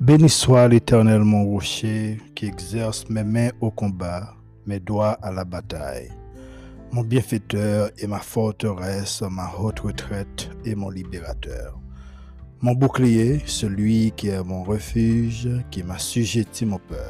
Béni soit l'Éternel mon rocher, qui exerce mes mains au combat, mes doigts à la bataille. Mon bienfaiteur et ma forteresse, ma haute retraite et mon libérateur. Mon bouclier, celui qui est mon refuge, qui m'assujettit mon peuple.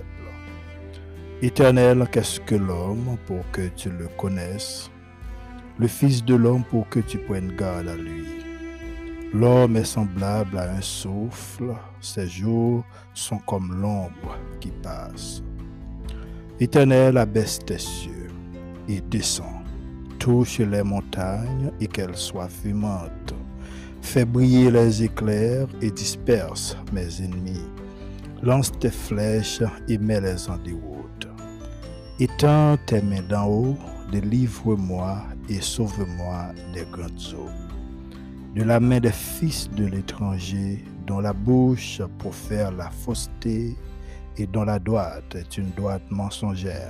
Éternel, qu'est-ce que l'homme pour que tu le connaisses? Le Fils de l'homme pour que tu prennes garde à lui. L'homme est semblable à un souffle, ses jours sont comme l'ombre qui passe. Éternel, abaisse tes cieux et descends, touche les montagnes et qu'elles soient fumantes. Fais briller les éclairs et disperse mes ennemis. Lance tes flèches et mets-les en déroute. Étends tes mains d'en haut, délivre-moi et sauve-moi des grandes eaux. De la main des fils de l'étranger, dont la bouche profère la fausseté et dont la droite est une droite mensongère.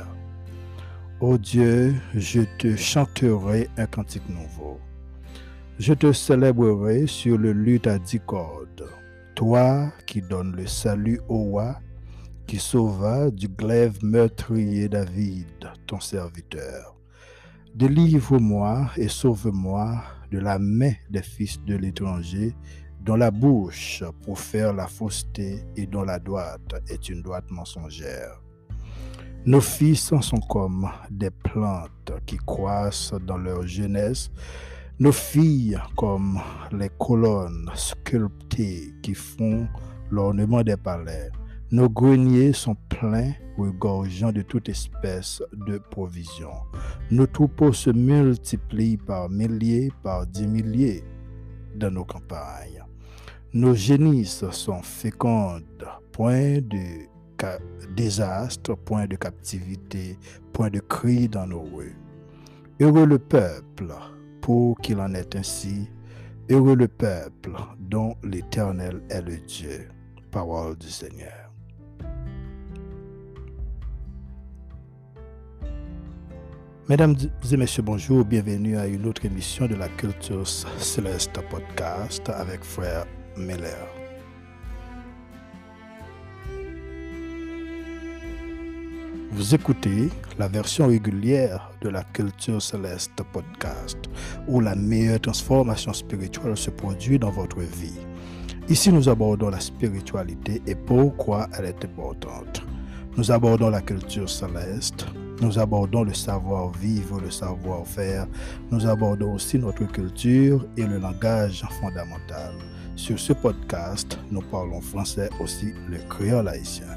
Ô Dieu, je te chanterai un cantique nouveau. Je te célébrerai sur le luth à 10 cordes. Toi qui donnes le salut au roi, qui sauva du glaive meurtrier David, ton serviteur. Délivre-moi et sauve-moi de la main des fils de l'étranger, dont la bouche profère la fausseté et dont la droite est une droite mensongère. Nos fils sont comme des plantes qui croissent dans leur jeunesse, nos filles comme les colonnes sculptées qui font l'ornement des palais. Nos greniers sont pleins, regorgeant de toute espèce de provisions. Nos troupeaux se multiplient par milliers, par 10 milliers dans nos campagnes. Nos génisses sont fécondes, point de désastre, point de captivité, point de cri dans nos rues. Heureux le peuple, pour qu'il en est ainsi. Heureux le peuple dont l'Éternel est le Dieu. Parole du Seigneur. Mesdames et messieurs, bonjour, bienvenue à une autre émission de la Culture Céleste Podcast avec Frère Miller. Vous écoutez la version régulière de la Culture Céleste Podcast, où la meilleure transformation spirituelle se produit dans votre vie. Ici, nous abordons la spiritualité et pourquoi elle est importante. Nous abordons la culture céleste, nous abordons le savoir-vivre, le savoir-faire, nous abordons aussi notre culture et le langage fondamental. Sur ce podcast, nous parlons français aussi le créole haïtien.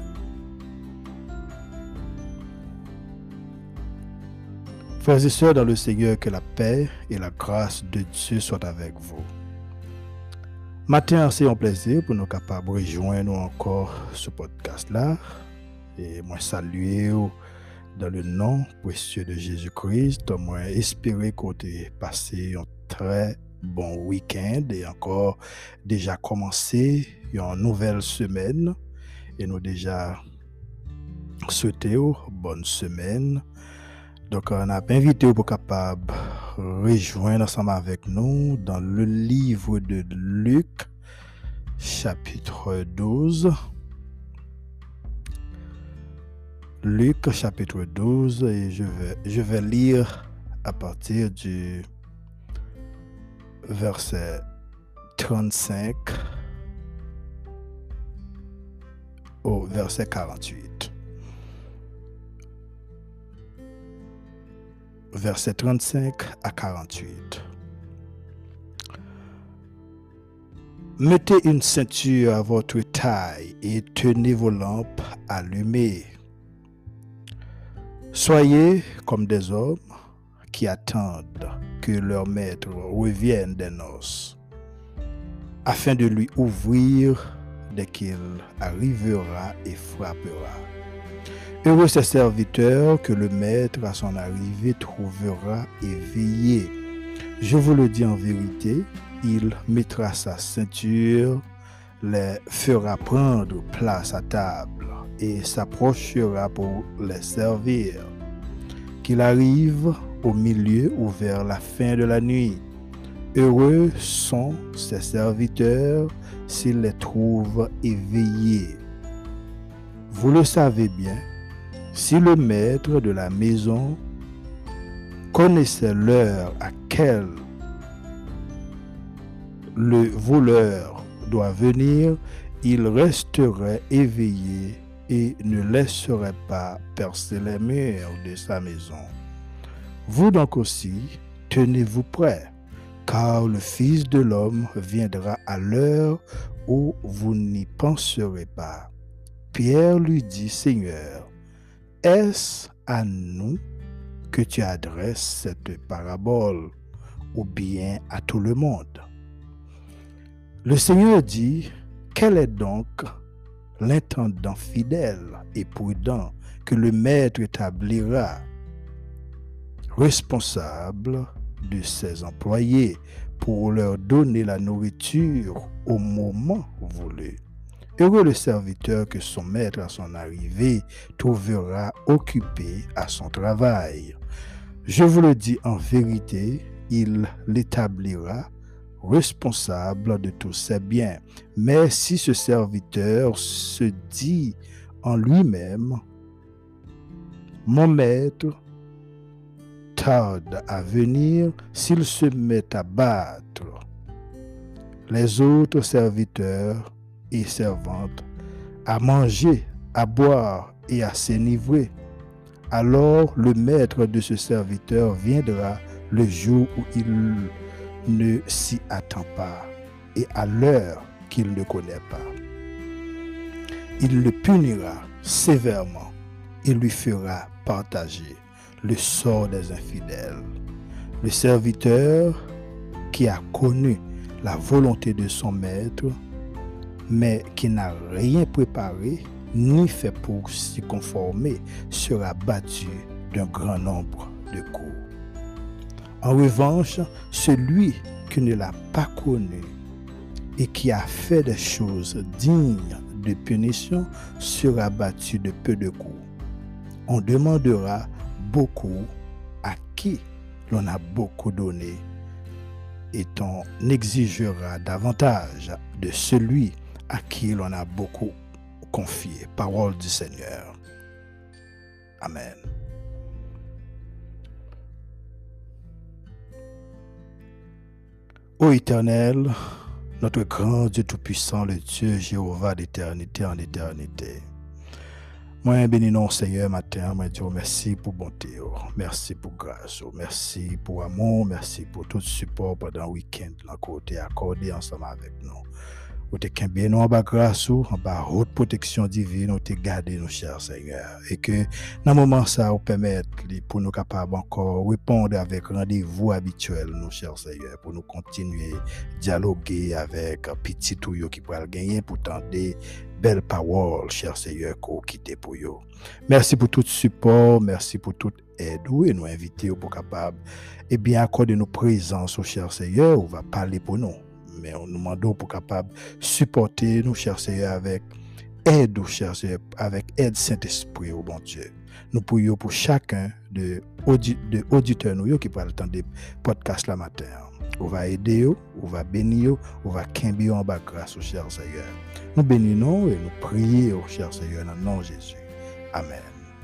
Frères et sœurs dans le Seigneur, que la paix et la grâce de Dieu soient avec vous. Matin, c'est un plaisir pour nous capables de rejoindre encore ce podcast-là. Et moi, saluer dans le nom précieux de Jésus-Christ. Moi, espérer qu'on ait passé un très bon week-end et encore déjà commencé une nouvelle semaine. Et nous déjà souhaité une bonne semaine. Donc, on a invité pour capable rejoindre ensemble avec nous dans le livre de Luc, chapitre 12. Luc, chapitre 12, et je vais lire à partir du verset 35 au verset 48. Verset 35 à 48. Mettez une ceinture à votre taille et tenez vos lampes allumées. Soyez comme des hommes qui attendent que leur maître revienne des noces, afin de lui ouvrir dès qu'il arrivera et frappera. Heureux ces serviteurs que le maître à son arrivée trouvera éveillés. Je vous le dis en vérité, il mettra sa ceinture, les fera prendre place à table et s'approchera pour les servir. Qu'il arrive au milieu ou vers la fin de la nuit. Heureux sont ses serviteurs s'ils les trouvent éveillés. Vous le savez bien, si le maître de la maison connaissait l'heure à laquelle le voleur doit venir, il resterait éveillé et ne laisserait pas percer les murs de sa maison. Vous donc aussi, tenez-vous prêts, car le Fils de l'homme viendra à l'heure où vous n'y penserez pas. Pierre lui dit, Seigneur, est-ce à nous que tu adresses cette parabole, ou bien à tout le monde? Le Seigneur dit, quel est donc l'intendant fidèle et prudent que le maître établira responsable de ses employés pour leur donner la nourriture au moment voulu? Heureux le serviteur que son maître à son arrivée trouvera occupé à son travail. Je vous le dis en vérité, il l'établira responsable de tous ses biens. Mais si ce serviteur se dit en lui-même, mon maître tarde à venir, s'il se met à battre les autres serviteurs et servantes, à manger, à boire et à s'enivrer, alors le maître de ce serviteur viendra le jour où il ne s'y attend pas et à l'heure qu'il ne connaît pas. Il le punira sévèrement et lui fera partager le sort des infidèles. Le serviteur qui a connu la volonté de son maître, mais qui n'a rien préparé ni fait pour s'y conformer, sera battu d'un grand nombre de coups. En revanche, celui qui ne l'a pas connu et qui a fait des choses dignes de punition sera battu de peu de coups. On demandera beaucoup à qui l'on a beaucoup donné et on exigera davantage de celui à qui l'on a beaucoup confié. Parole du Seigneur. Amen. Ô Éternel, notre grand Dieu Tout-Puissant, le Dieu Jéhovah d'éternité en éternité. Moi, bénis non Seigneur matin, moi Dieu, merci pour bonté, merci pour grâce, merci pour amour, merci pour tout support pendant le week-end, la côté accordé ensemble avec nous. Ou te bien nous en bas grâce ou en bas haute protection divine, ou te garder nos chers Seigneur. Et que dans le moment ça, vous permettre pour nous capables encore répondre avec rendez-vous habituel, nos chers Seigneur, pour nous continuer dialoguer avec petit touyo qui pourra le gagner pour tenter belle parole, cher Seigneur, qu'on quitte pour vous. Merci pour tout support, merci pour toute aide, et nous inviter pour capable, et bien accorder nos présences au cher Seigneur, on va parler pour nous. Mais on nous demande pour capable supporter nous, cher Seigneur, avec aide, cher Seigneur, avec aide Saint-Esprit, au bon Dieu. Nous prions pour chacun de auditeurs nous qui parlent temps des podcasts la matin. On va aider, on va bénir, on va quimber en bas grâce au cher Seigneur. Nous bénissons et nous prions au cher Seigneur dans le nom de Jésus. Amen.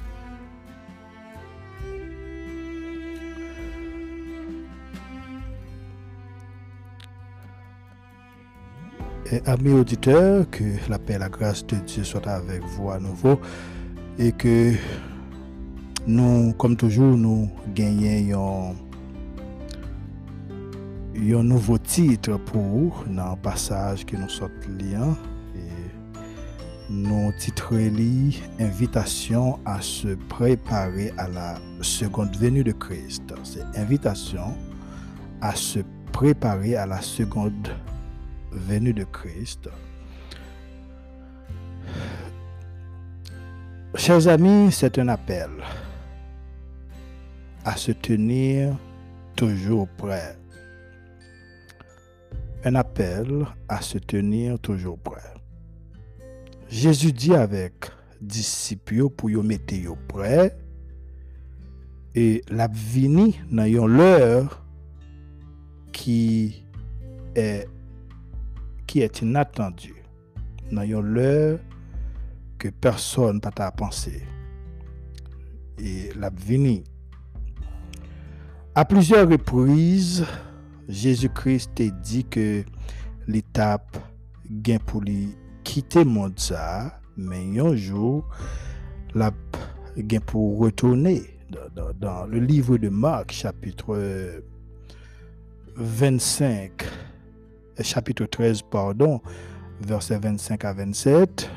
Et amis auditeurs, que la paix et la grâce de Dieu soient avec vous à nouveau et que nous, comme toujours, nous gagnons un nouveau titre pour dans le passage que nous sommes liant et nous titrons Invitation à se préparer à la seconde venue de Christ. C'est invitation à se préparer à la seconde venue de Christ. Chers amis, c'est un appel à se tenir toujours prêt. Un appel à se tenir toujours prêt. Jésus dit avec disciples pour y mettre prêt et la vini dans l'heure qui est inattendue, dans l'heure que personne pas t'a pensé. Et l'a vini. À plusieurs reprises, Jésus-Christ a dit que l'étape gain pour lui quitter monde ça, mais un jour la gain pour retourner dans le livre de Marc chapitre 25 chapitre 13 pardon, versets 25 à 27.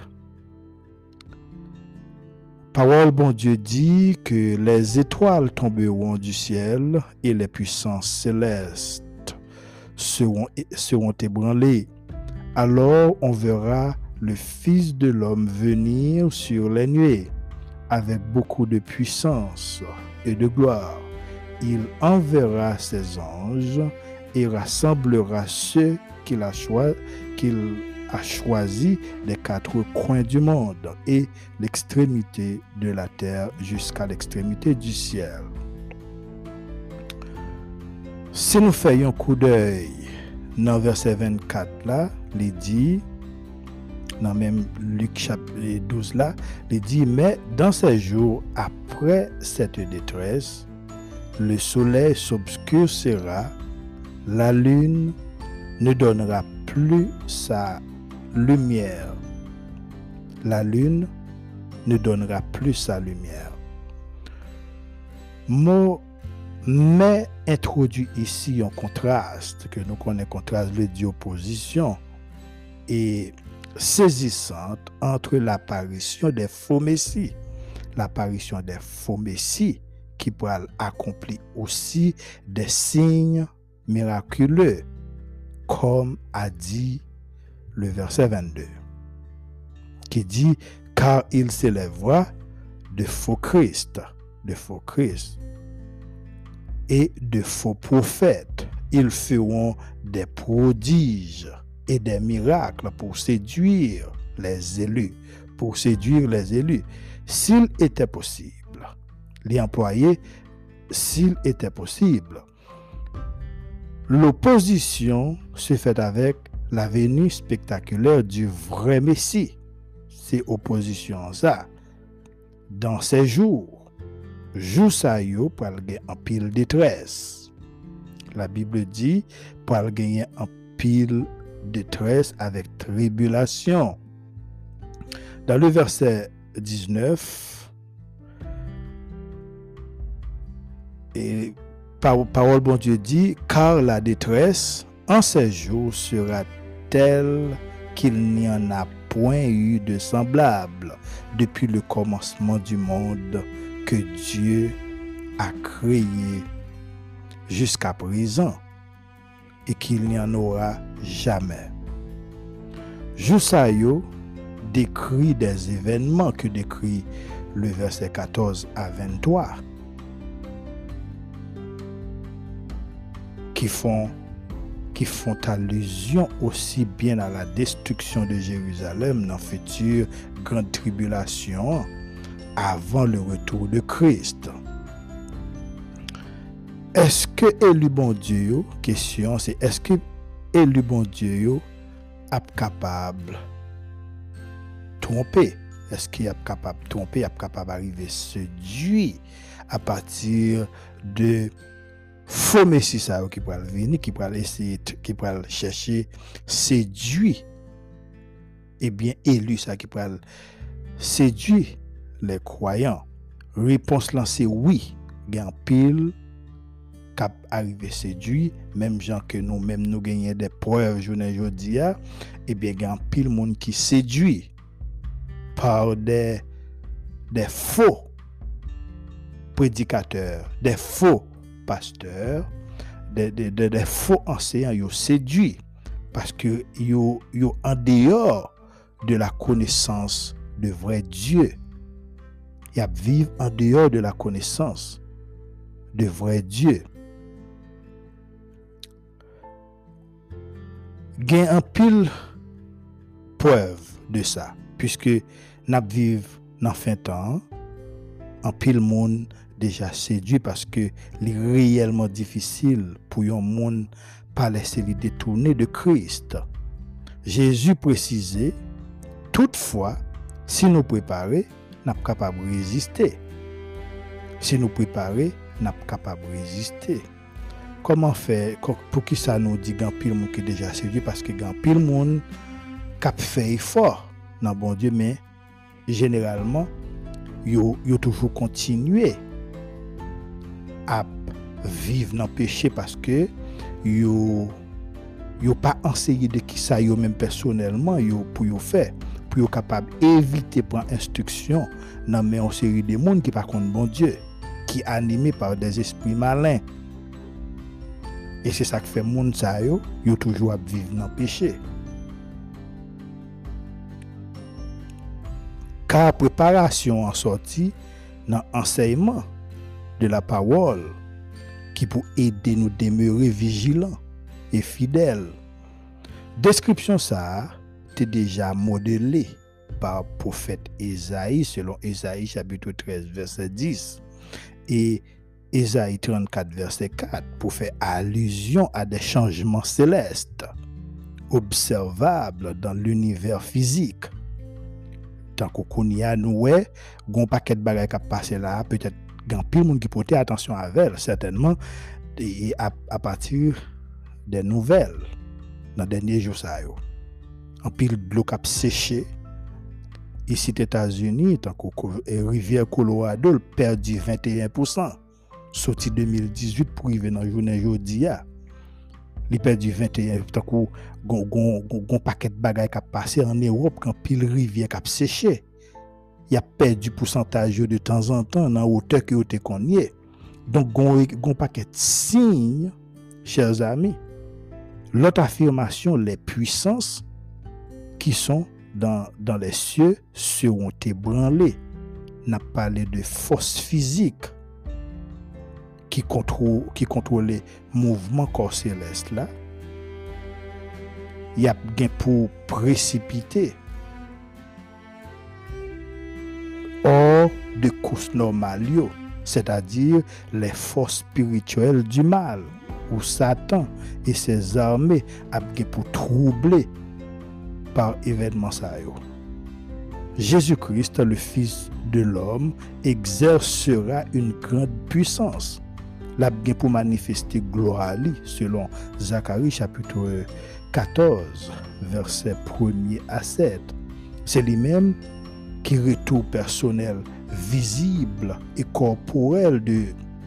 Parole bon Dieu dit que les étoiles tomberont du ciel et les puissances célestes seront ébranlées. Alors on verra le Fils de l'homme venir sur les nuées avec beaucoup de puissance et de gloire. Il enverra ses anges et rassemblera ceux qu'il a choisi des quatre coins du monde et l'extrémité de la terre jusqu'à l'extrémité du ciel. Si nous faisons un coup d'œil dans verset 24 là, il dit, dans même Luc chapitre 12 là, il dit, mais dans ces jours après cette détresse, le soleil s'obscurcira, la lune ne donnera plus sa lumière. La lune ne donnera plus sa lumière. Mot mais introduit ici un contraste que nous connaissons, contraste veut dire opposition et saisissante entre l'apparition des faux messies, qui pourraient accomplir aussi des signes miraculeux, comme a dit le verset 22, qui dit « Car il s'élèvera de faux Christ et de faux prophètes. Ils feront des prodiges et des miracles pour séduire les élus. S'il était possible, les employés, s'il était possible, l'opposition se fait avec la venue spectaculaire du vrai Messie. C'est opposition ça. Dans ces jours ça yo pour gagner en pile détresse. La Bible dit pour gagner en pile détresse avec tribulation. Dans le verset 19, et parole bon Dieu dit, car la détresse en ces jours sera telle qu'il n'y en a point eu de semblable depuis le commencement du monde que Dieu a créé jusqu'à présent et qu'il n'y en aura jamais. Joussaïo décrit des événements que décrit le verset 14 à 23 qui font allusion aussi bien à la destruction de Jérusalem dans la future grande tribulation avant le retour de Christ. Est-ce que élu bon Dieu, question c'est est-ce que élu bon Dieu est capable tromper? Est-ce qu'il est capable de tromper, est capable d'arriver séduire à partir de faux messie ça qui pourrait venir, qui pourrait essayer, qui pourrait chercher séduire, et bien élu ça qui pourrait séduire les croyants? Réponse là c'est oui, gain pile cap arriver séduit, même gens que nous même nous gagnons des preuves journée aujourd'hui, et bien gain pile monde qui séduit par des faux prédicateurs, des faux pasteurs, des faux enseignants, ils séduit parce que ils en dehors de la connaissance de vrai Dieu. Ils vivent en dehors de la connaissance de vrai Dieu. Gain un pile preuve de ça, puisque nous vivons dans fin temps, en pile monde déjà séduit parce que c'est réellement difficile pour un monde pas laisser les détourner de Christ. Jésus précisait, toutefois, Si nous préparer, nous sommes capables de résister. Si nous préparer, nous sommes capables de résister. Comment faire pour qui ça nous dit grand pile monde qui déjà servi parce que grand pile monde cap fait effort dans bon Dieu mais généralement yo toujours continuer à vivre dans le péché parce que yo pas enseigné de qui ça yo même personnellement pour yo faire pour yo capable éviter prendre instruction dans mais une série de monde qui par contre bon Dieu qui animé par des esprits malins. Et c'est ça qui fait monde ça yo toujours à vivre dans le péché. Car préparation en sortie dans enseignement de la parole qui pour aider nous demeurer vigilants et fidèles. Description ça t'est déjà modelée par prophète Ésaïe selon Ésaïe chapitre 13 verset 10 et Ésaïe 34 verset 4 pour faire allusion à des changements célestes observables dans l'univers physique. Tant qu'on y a nous gon paquet de bagages qui passé là peut-être grand pile monde qui porter attention à elle certainement et à partir des nouvelles dans derniers jours ça yo en pile de l'eau qui a séché ici aux États-Unis tant que rivière Colorado perdu 21% sorti 2018 pour arriver dans journée jodi a il perdu 21 tant que gon paquet de bagages qui a passé en Europe quand pile rivière qui a séché il a perdu pourcentage de temps en temps dans hauteur que te connait donc gon paquet de signes chers amis. L'autre affirmation les puissances qui sont dans les cieux seront ébranlées. N'a parlé de force physique qui contrôle les mouvements corps céleste là. Il y a gain pour précipiter hors de course normale, c'est-à-dire les forces spirituelles du mal, où Satan et ses armées a gain pour troubler par événement ça yo. Jésus-Christ, le Fils de l'homme, exercera une grande puissance. La gain pour manifester gloire selon Zacharie chapitre 14 verset 1er à 7. C'est lui-même qui retourne personnel visible et corporel de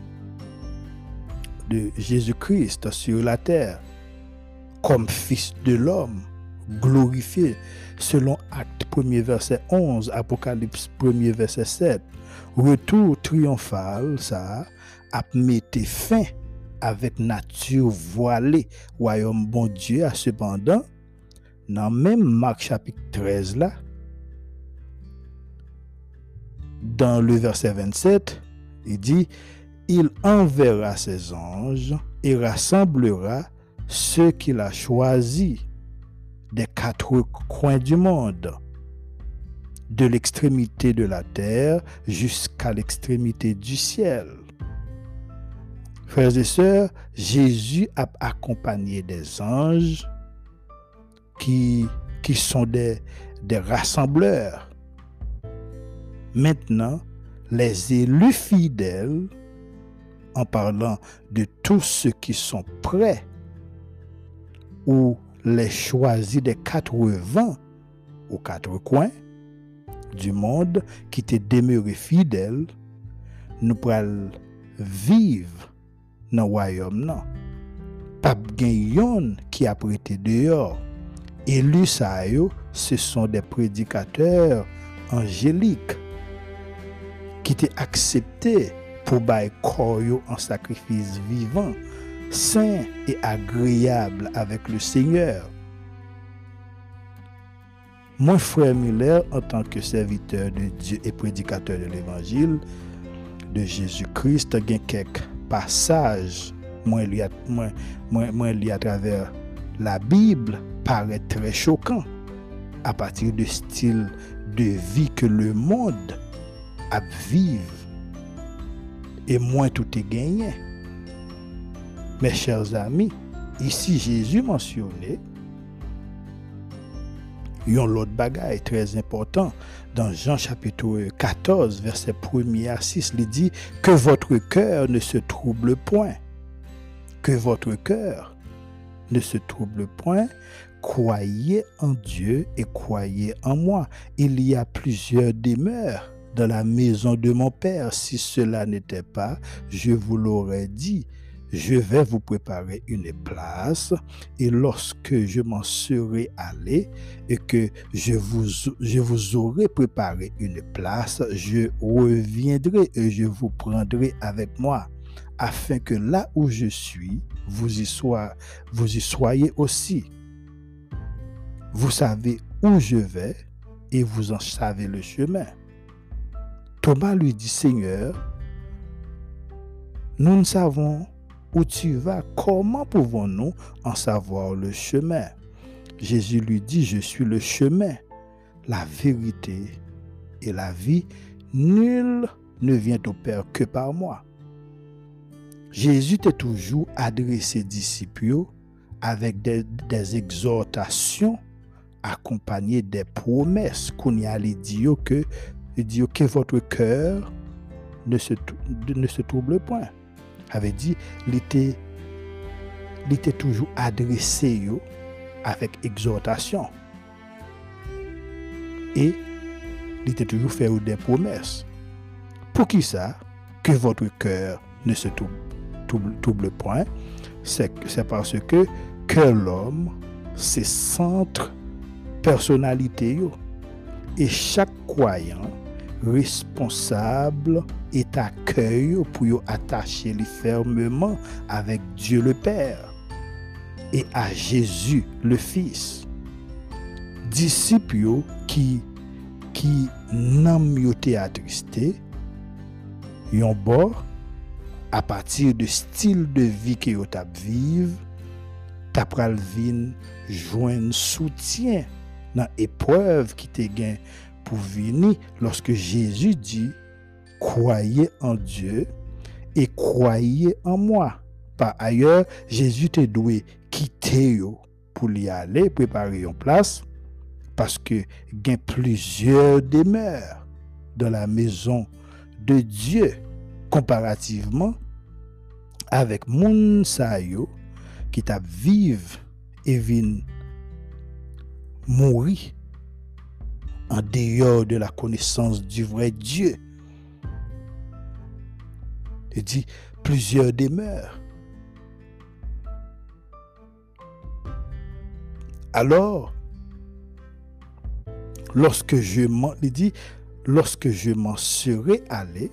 Jésus-Christ sur la terre comme Fils de l'homme glorifié selon Acte 1er verset 11, Apocalypse 1er verset 7. Retour triomphal ça a mettre fin avec nature voilée royaume bon Dieu a cependant dans même Marc chapitre 13 là dans le verset 27 il dit il enverra ses anges et rassemblera ceux qu'il a choisis des quatre coins du monde, de l'extrémité de la terre jusqu'à l'extrémité du ciel. Frères et sœurs, Jésus a accompagné des anges qui sont des rassembleurs. Maintenant, les élus fidèles, en parlant de tous ceux qui sont prêts ou les choisis des quatre vents aux quatre coins du monde qui te demeurent fidèles, nous pourrons vivre dans le royaume. Non. Pas de qui a prêté dehors. Élus ça yo, ce sont des prédicateurs angéliques qui t'ont accepté pour bailler corps en sacrifice vivant, saint et agréable avec le Seigneur. Mon frère Miller, en tant que serviteur de Dieu et prédicateur de l'évangile de Jésus-Christ, il y a quelques passages moi lu à travers la Bible paraît très choquant à partir du style de vie que le monde à vivre et moins tout est gagné. Mes chers amis, ici Jésus mentionnait Yon l'autre bagaille très important dans Jean chapitre 14 verset 1er à 6, il dit que votre cœur ne se trouble point. Que votre cœur ne se trouble point. Croyez en Dieu et croyez en moi. Il y a plusieurs demeures dans la maison de mon Père. Si cela n'était pas, je vous l'aurais dit. Je vais vous préparer une place, et lorsque je m'en serai allé et que je vous aurai préparé une place, je reviendrai et je vous prendrai avec moi, afin que là où je suis, vous y soyez aussi. Vous savez où je vais et vous en savez le chemin. Thomas lui dit, Seigneur, nous ne savons où tu vas, comment pouvons-nous en savoir le chemin? Jésus lui dit, je suis le chemin, la vérité et la vie. Nul ne vient au Père que par moi. Jésus t'a toujours adressé aux disciples avec des exhortations accompagnées des promesses qu'on y a dit que votre cœur ne se trouble point. Avait dit, il était toujours adressé avec exhortation. Et il était toujours fait des promesses. Pour qui ça? Que votre cœur ne se trouble point. C'est parce que l'homme, c'est centre personnalité. Et chaque croyant responsable est accueilli pour attacher fermement avec Dieu le Père et à Jésus le Fils. Disciples qui n'ont été attristés, yon bord à partir de style de vie que yo tap vive, tap pral vin joindre soutien dans épreuve qui te gain pour venir lorsque Jésus dit croyez en Dieu et croyez en moi. Par ailleurs, Jésus te doit quitter pour y aller préparer une place parce que il y a plusieurs demeures dans la maison de Dieu comparativement avec moun sa yo qui t'a vive et vin mourir en dehors de la connaissance du vrai Dieu. Il dit plusieurs demeures. Alors, lorsque je m'en serai allé,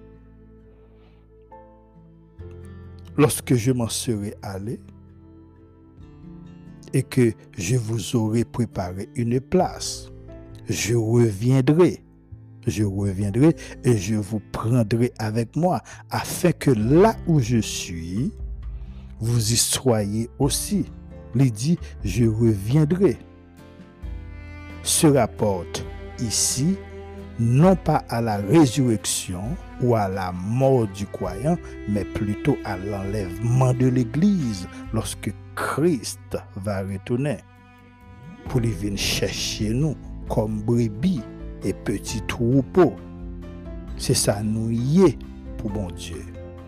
et que je vous aurai préparé une place, je reviendrai et je vous prendrai avec moi, afin que là où je suis, vous y soyez aussi. Il dit, je reviendrai. Se rapporte ici, non pas à la résurrection ou à la mort du croyant, mais plutôt à l'enlèvement de l'Église lorsque Christ va retourner pour lui venir chercher nous comme brebis et petits troupeaux. C'est ça nous y est pour bon Dieu.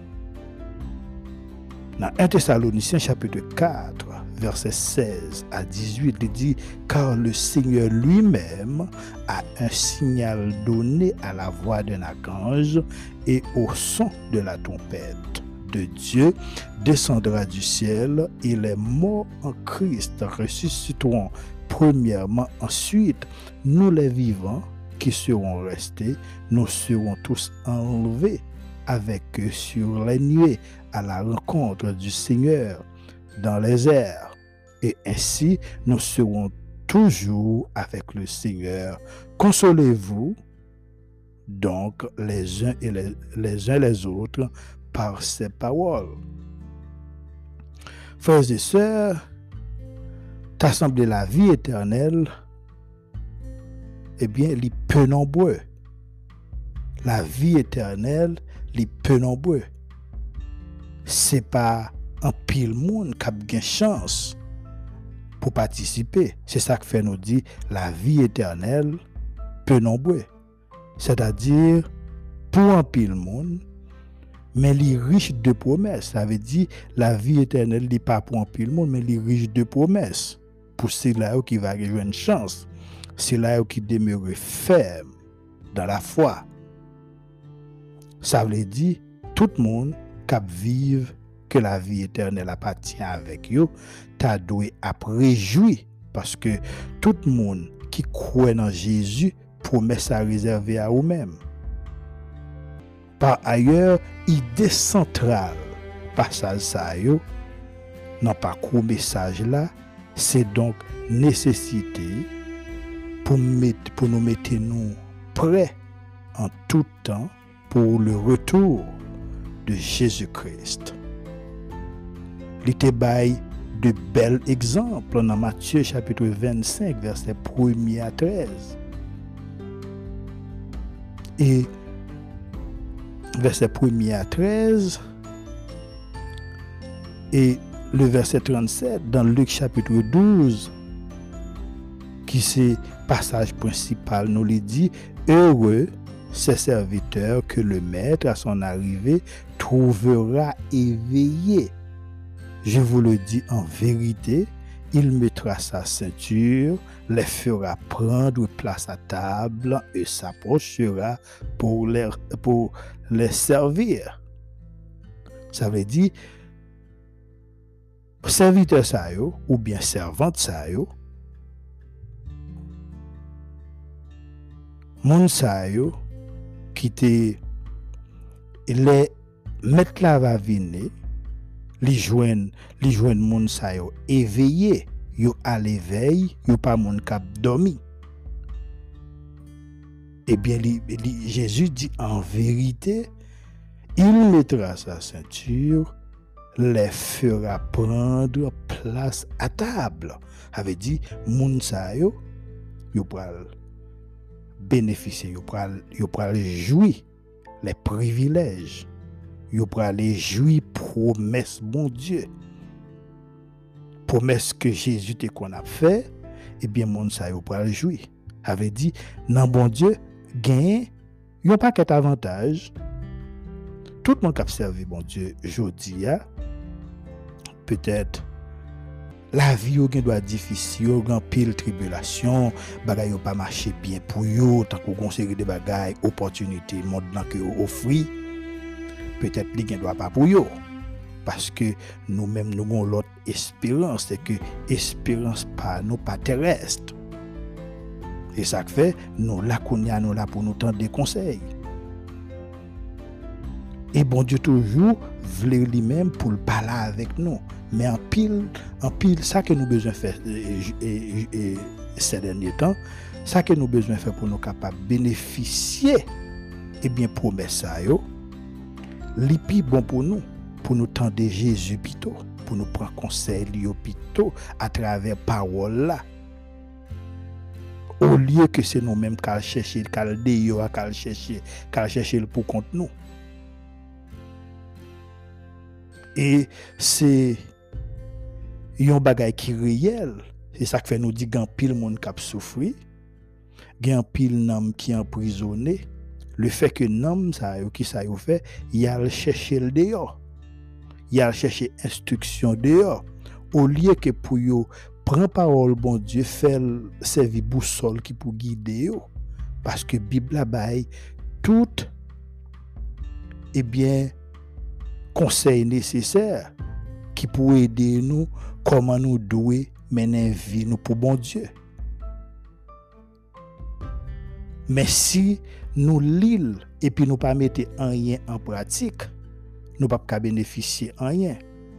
Dans 1 Thessaloniciens chapitre 4, verset 16 à 18, il dit « Car le Seigneur lui-même a un signal donné à la voix d'un archange et au son de la trompette de Dieu descendra du ciel et les morts en Christ ressusciteront premièrement. Ensuite, nous les vivants qui serons restés, nous serons tous enlevés avec eux sur les nuées à la rencontre du Seigneur dans les airs. Et ainsi, nous serons toujours avec le Seigneur. Consolez-vous donc les uns les autres par ces paroles. Frères et sœurs, t'assembler la vie éternelle, eh bien, il est peu nombreux. La vie éternelle, il est peu nombreux. C'est pas un pile monde qui a bien chance pour participer. C'est ça que fait nous dire la vie éternelle peu nombreux. C'est-à-dire pour un pile monde, mais les riches de promesses. Ça veut dire la vie éternelle n'est pas pour un pile monde, mais les riches de promesses. Pour ceux-là qui va avoir une chance. C'est là qui demeure ferme dans la foi. Ça veut dire tout le monde qui vive que la vie éternelle appartient avec eux, t'as doué à réjouir parce que tout le monde qui croit en Jésus promesse à réserver à eux-mêmes. Par ailleurs, idée centrale passage ça yo dans parcours message là, c'est donc nécessité pour nous mettre nous prêts en tout temps pour le retour de Jésus-Christ. Il était bail de bels exemples dans Matthieu chapitre 25, verset 1er à 13. Et verset 1er à 13 et le verset 37 dans Luc chapitre 12, qui c'est passage principal, nous le dit, heureux ces serviteurs que le maître à son arrivée trouvera éveillés. Je vous le dis en vérité, il mettra sa ceinture, les fera prendre place à table et s'approchera pour les servir. Ça veut dire, serviteur ça yo, ou bien servante ça yo, moun ça yo, qui te les mettre la va venir, li joindre moun sa yo éveillé, yo à l'éveil, yo pas moun k'ap dormi. Eh bien Jésus dit en vérité, il mettra sa ceinture, les fera prendre place à table. Avait dit moun sa yo pral bénéficier, yo pral jouir les privilèges. Yo pral jouir promesse bon Dieu. Promesse que Jésus te qu'on a fait, et bien moun sa yo pral jouir. Avait dit nan bon Dieu gagne yon paquet avantage. Tout le monde qui a servi bon Dieu jodi a peut-être la vie yo gen doit difficile, yo gen pile tribulation, bagay yo pas marcher bien pour yo, tant qu'on série de bagay, opportunité monde nan que yo offri, peut-être li gen doit pas pour yo. Parce que nous-mêmes nous avons l'autre espérance, c'est que espérance pas nous pas terrestre. Et ça fait nous là nous là pour nous tendre des conseils. Et bon Dieu toujours voulait lui-même pour le parler avec nous. Mais en pile, ça que nous besoin faire ces derniers temps, ça que nous besoin faire pour nous capables bénéficier, et bien promesse ça yo, li pi bon pour nous tendre Jésus plutôt, pour nous prendre conseil yo plutôt à travers parole là. Au lieu que c'est nous-mêmes qu'à chercher, qu'à chercher pour compte nous. Et c'est yon bagay qui réel, c'est ça qui fait nous dire gan pile monde qui a souffri, gan pile nam qui emprisonné, le fait que nam ça yo qui ça yo fait, y a chercher le dehors. Y a chercher instruction dehors au lieu que pour yo prend parole bon Dieu fait servir boussole qui pour guider yo, parce que Bible la bail tout bien conseil nécessaire qui pour aider nous comment nous devons mener vie nous pour bon Dieu. Mais si nous lisons et puis nous pas mettre rien en pratique, nous pas qu'à bénéficier rien.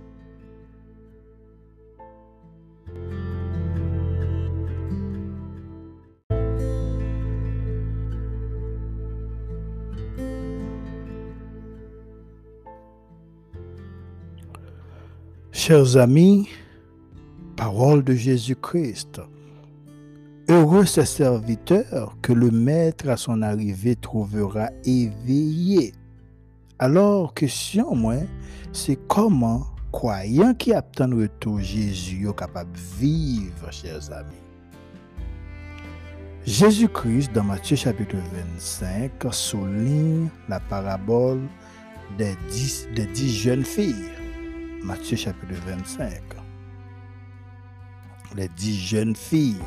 Chers amis, parole de Jésus-Christ. Heureux ces serviteurs que le maître à son arrivée trouvera éveillés. Alors, question moi, c'est comment croyants qui attendent retour Jésus yo capable vivre, chers amis. Jésus-Christ, dans Matthieu chapitre 25, souligne la parabole des 10 jeunes filles. Matthieu chapitre 25. Les 10 jeunes filles.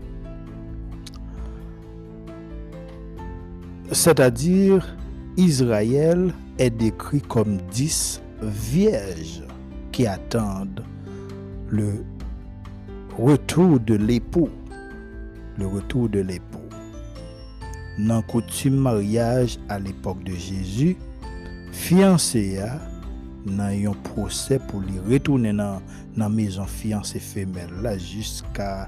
C'est-à-dire, Israël est décrit comme 10 vierges qui attendent le retour de l'époux. Le retour de l'époux. Dans coutume mariage à l'époque de Jésus, fiancé a dans un procès pour lui retourner dans la maison fiancée femelle là jusqu'à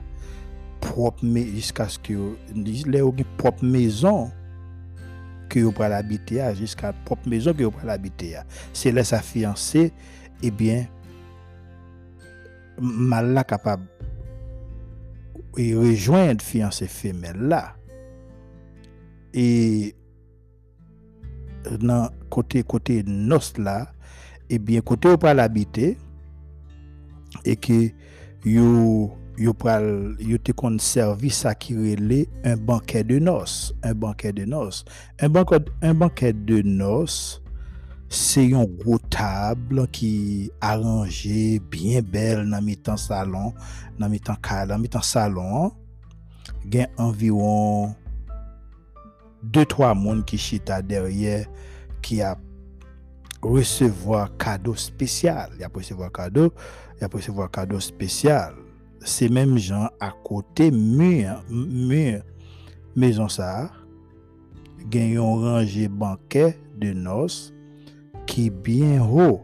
ce que les propre maison que vous pourrez l'habiter jusqu'à propre maison que vous pourrez l'habiter. C'est là sa fiancée eh bien mal là capable et rejoindre fiancée femelle là et dans côté noce là et bien côté où pas l'habiter et que yo te conservé ça qui relait un banquet de noces. Un banquet de noces c'est une gros table qui arrangée bien belle dans mi-temps salon, dans mi-temps salon. Il y a environ 2-3 monde qui chita derrière qui a recevoir cadeau spécial. Il y a recevoir cadeau spécial. C'est même gens à côté mur maison ça gagne un rangé banquet de noces qui bien haut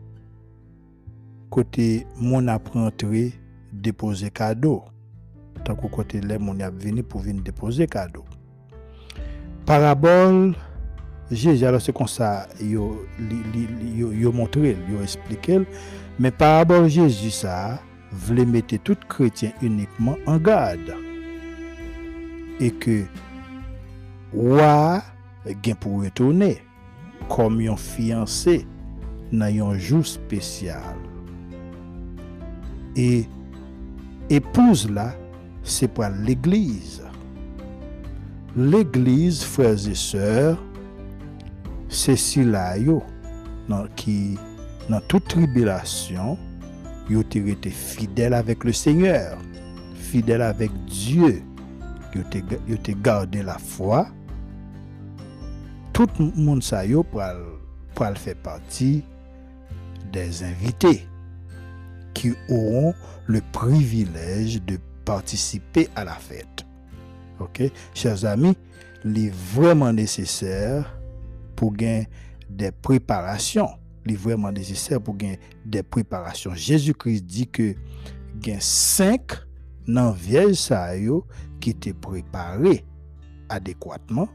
côté mon a rentré déposer cadeau tant que côté là mon a venu pour venir déposer cadeau. Parabole Jésus alors c'est comme ça yo montré yo expliqué mais parabole Jésus ça voulait mettre tout chrétien uniquement en garde et que roi gain pour retourner comme un fiancé dans un jour spécial et épouse là c'est pour l'église frères et sœurs c'est si là yo qui dans toute tribulation yo été fidèle avec le Seigneur, fidèle avec Dieu, yo te gardé la foi. Tout le monde ça yo pour faire partie des invités qui auront le privilège de participer à la fête. OK, chers amis, il est vraiment nécessaire pour gagner des préparations. Il est vraiment nécessaire pour gagner des préparations. Jésus-Christ dit que il y a 5 nan vierge sa yo qui étaient préparés adéquatement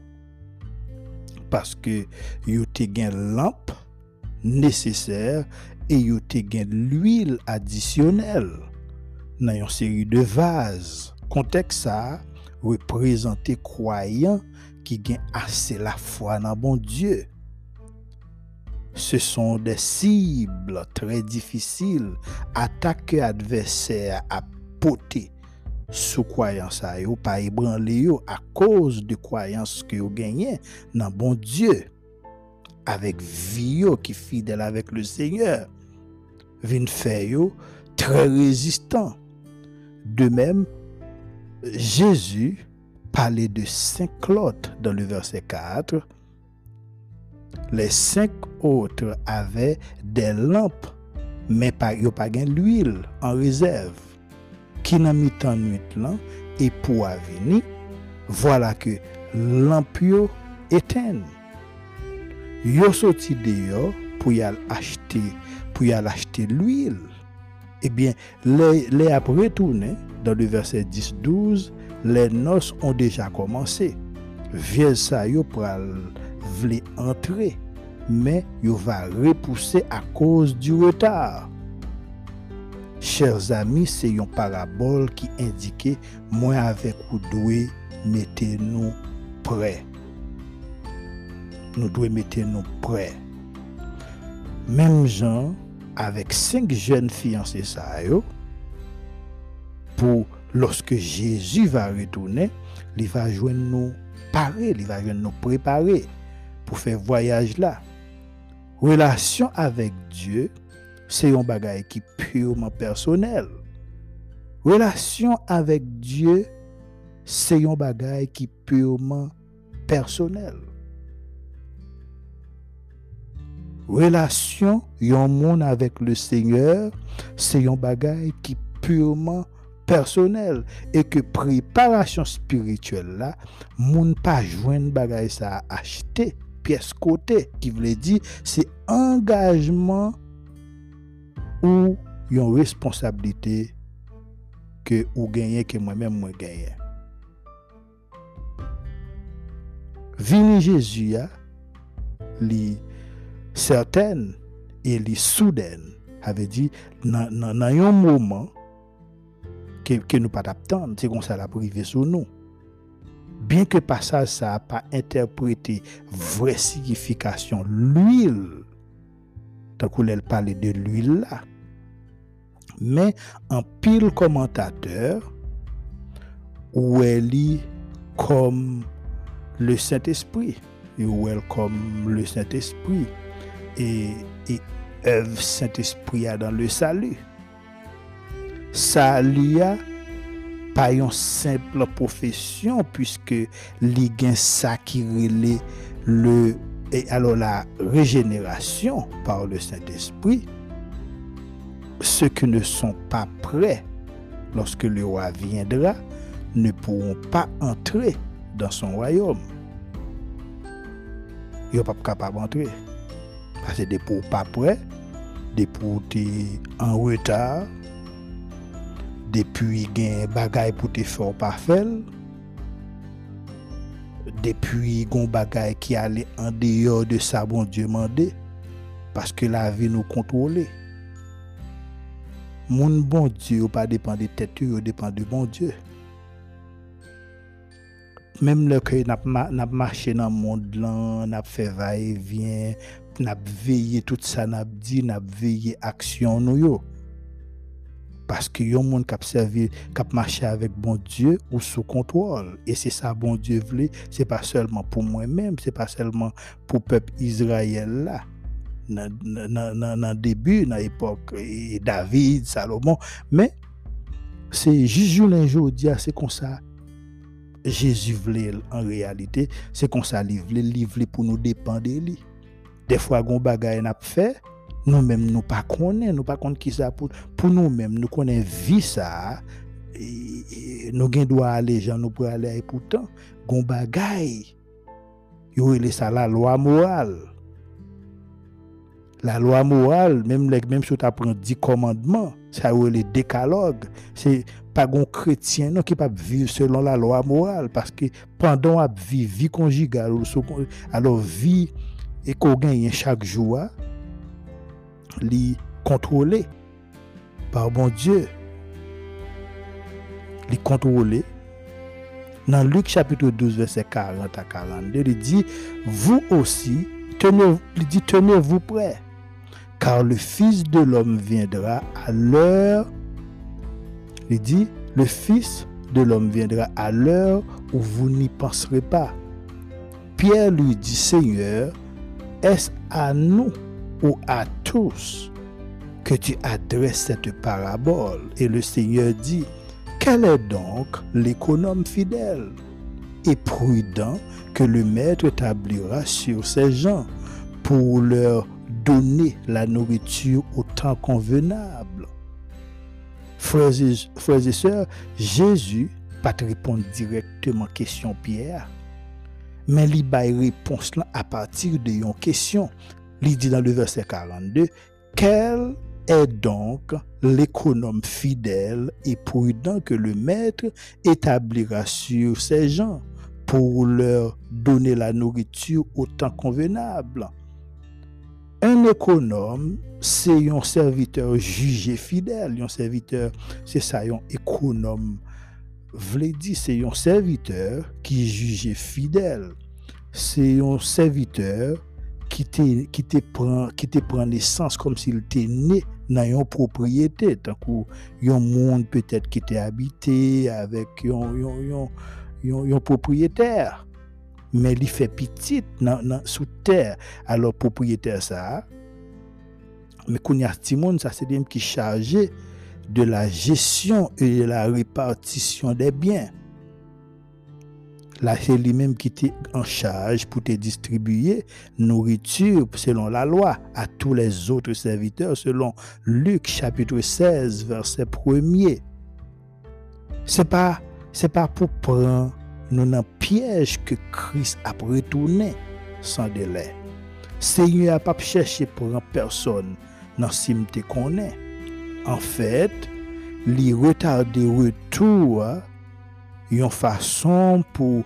parce que yo te gen lampe nécessaire et yo te gen l'huile additionnelle dans une série de vases. Contexte ça représenter croyants qui gen assez la foi dans bon Dieu. Ce sont des cibles très difficiles attaquer adversaire à porter sous croyance à yo pas ébranler yo à cause de croyance que yo gagné dans bon Dieu avec vie yo qui fidèle avec le Seigneur vinn faire yo très résistant. De même Jésus parlait de 5 autres dans le verset 4. Les 5 autres avaient des lampes, mais yo pas gen l'huile en réserve. Qui n'a mis en nuit là et pour venir, voilà que lampe yo éteint. Yo sorti dehors pour y acheter l'huile. Eh bien, les après retourner dans le verset 10-12, les noces ont déjà commencé. Vieille ça yo voulait entrer, mais yo va repousser à cause du retard. Chers amis, c'est une parabole qui indique moi avec vous doué mettez-nous prêts. Nous devons mettre nous prêts. Même Jean avec 5 jeunes fiancés ça yo, pour lorsque Jésus va retourner, il va joindre nous parer, il va joindre nous préparer pour faire voyage là. Relation avec Dieu, c'est un bagage qui est purement personnel. Relation avec Dieu, c'est un bagage qui est purement personnel. Relation, yon monde avec le Seigneur, c'est un bagage qui est purement personnel. Et que préparation spirituelle là, moun pas joindre bagage ça acheter, pièce côté, qui veut dire, c'est engagement ou une responsabilité que ou gagner que moi-même moi gagner. Vini Jésus a li certaine et li soudaine avait dit dans un moment que nous pas attendre, c'est comme ça la privé sur nous. Bien que passage ça a pas interprété vraie signification l'huile, tant qu'elle parlait de l'huile là. Mais en pile commentateur où elle est comme le Saint-Esprit, et où elle comme le Saint-Esprit et œuvre Saint-Esprit a dans le salut. Salut a pas une simple profession puisque li gen ça qui relait le et alors la régénération par le Saint-Esprit. Ceux qui ne sont pas prêts lorsque le roi viendra ne pourront pas entrer dans son royaume. Ils ne sont pas capables d'entrer. Parce que des pour pas prêts, des pour en retard, depuis gen bagay pour te faire pas faire, depuis gon bagay qui allait en dehors de ça bon Dieu mandé, parce que la vie nous contrôle. Mon bon Dieu pas dépend de tête, il dépend du bon Dieu. Même le que n'a marché dans le monde là, n'a fait va-et-vient, n'a veillé tout ça, n'a dit, n'a veillé action nous yo. Parce que yon monde qui a servi, qui a marché avec bon Dieu ou sous contrôle. Et c'est ça bon Dieu voulait, c'est pas seulement pour moi-même, c'est pas seulement pour le peuple Israël là. Dans le début, dans l'époque David, Salomon, mais c'est juste un jour, c'est comme ça. Jésus voulait en réalité, c'est comme ça il voulait pour nous dépendre de lui. Des fois, gon bagay n'a fait, nous-mêmes nous pas connaît qui ça pour nous-mêmes, nous connaît vie ça. Nous gen droit aller gens nous pour aller et pourtant gon bagay yo relé ça la loi morale. La loi morale, même si tu apprends 10 commandements, ça ou les décalogues, c'est pas un chrétien non qui pas vivre selon la loi morale parce que pendant à vivre vie conjugale alors vie et qu'on gagne chaque jour li contrôlé par bon Dieu. Li contrôlé. Dans Luc chapitre 12 verset 40 à 42, il dit vous aussi tenez-vous prêts. Car le Fils de l'homme viendra à l'heure, il dit, le Fils de l'homme viendra à l'heure où vous n'y penserez pas. Pierre lui dit, Seigneur, est-ce à nous ou à tous que tu adresses cette parabole? Et le Seigneur dit, quel est donc l'économe fidèle et prudent que le maître établira sur ses gens pour leur donner la nourriture au temps convenable? Frères et sœurs, Jésus pas te répondre directement question Pierre, mais il bail réponse là à partir de une question. Il dit dans le verset 42, quel est donc l'économe fidèle et prudent que le maître établira sur ses gens pour leur donner la nourriture au temps convenable? Un économe, c'est un serviteur jugé fidèle. Un serviteur, c'est ça, un économe. V'lait dire, c'est un serviteur qui est jugé fidèle. C'est un serviteur prend naissance comme s'il était né dans une propriété, tant que un monde peut-être qui était habité avec un propriétaire, mais il fait petit sous terre. Alors propriétaire ça, mais qu'on y a petit monde, ça c'est lui qui est chargé de la gestion et de la répartition des biens. Là, c'est lui-même qui était en charge pour te distribuer nourriture selon la loi à tous les autres serviteurs, selon Luc chapitre 16, verset 1er. C'est pas pour prendre nous dans le piège que Christ a retourné sans délai. Seigneur n'a pas cherché pour prendre personne dans le cimetière qu'on est. En fait, il retarde le retour une façon pour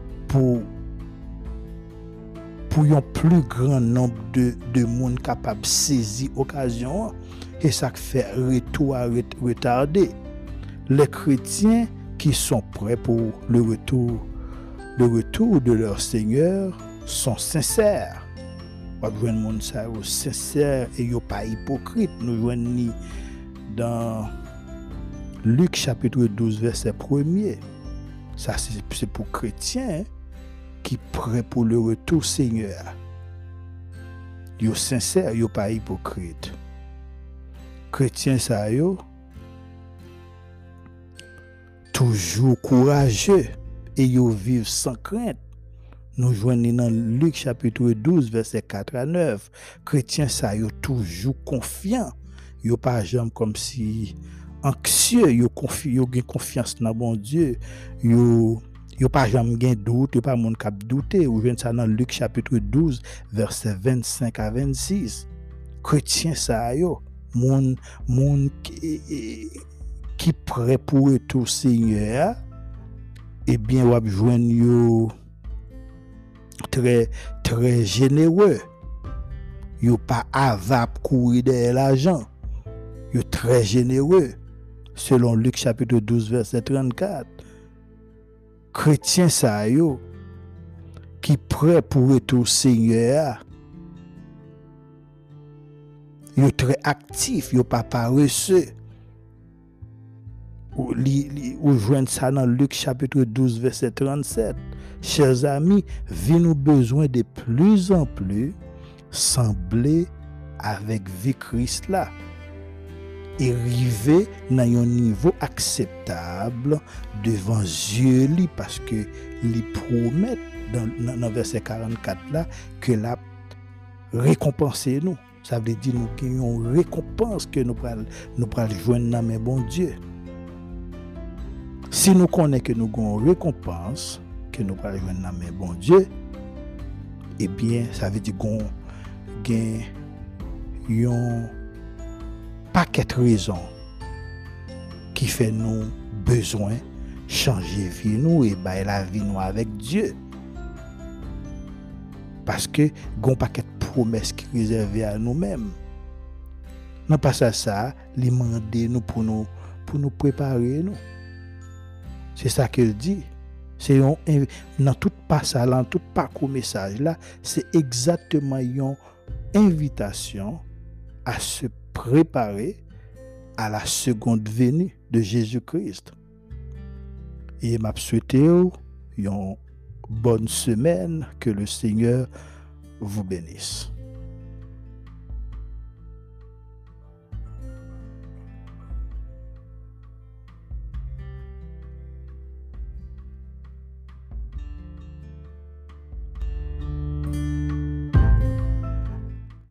un plus grand nombre de monde capable de saisir l'occasion et ça fait retour retardé. Les chrétiens qui sont prêts pour le retour de leur Seigneur sont sincères. On va voir monde ça sincère et yo pas hypocrite. Nous joignons dans Luc chapitre 12 verset 1er. Ça, c'est pour chrétiens qui prêt pour le retour Seigneur. Yo sincère, yo pas hypocrite. Chrétiens ça yo toujours courageux et yo vivent sans crainte. Nous joignons dans Luc chapitre 12 verset 4 à 9. Chrétiens ça yo toujours confiant. Yo pas jamais comme si anxieux, yo gen confiance dans bon Dieu, yo pas jamais gen doute, yo pas monde qui douter. Ou joine ça dans Luc chapitre 12 verset 25 à 26. Chrétien ça yo, monde qui prêt pour retour Seigneur, eh bien ou joine yo très très généreux. Yo pas avare courir derrière l'argent. Yo très généreux. Selon Luc chapitre 12 verset 34. Chrétien ça yo qui prêt pour retour Seigneur. Yo très actif, yo pas paresseux. Ou joindre ça dans Luc chapitre 12 verset 37. Chers amis, vie nous besoin de plus en plus sembler avec vie Christ là. Et arriver dans un niveau acceptable devant Dieu parce que lui promet dans verset 44 là que la récompenser nous. Ça veut dire nous gagnons une récompense que nous pral joindre dans mes bon Dieu. Si nous connaissons que nous avons une récompense que nous pral joindre dans mes bon Dieu, eh bien ça veut dire qu'on gagne un paquet de raisons qui fait nous besoin changer vie nous et bailler la vie nous avec Dieu. Parce que gon paquet de promesses qui réservées à nous-mêmes. Non pas ça, les demander nous pour nous préparer nous. C'est ça qu'il dit. C'est dans tout passage là, tout parcours message là, c'est exactement une invitation à se préparer à la seconde venue de Jésus-Christ. Et m'a souhaité une bonne semaine, que le Seigneur vous bénisse.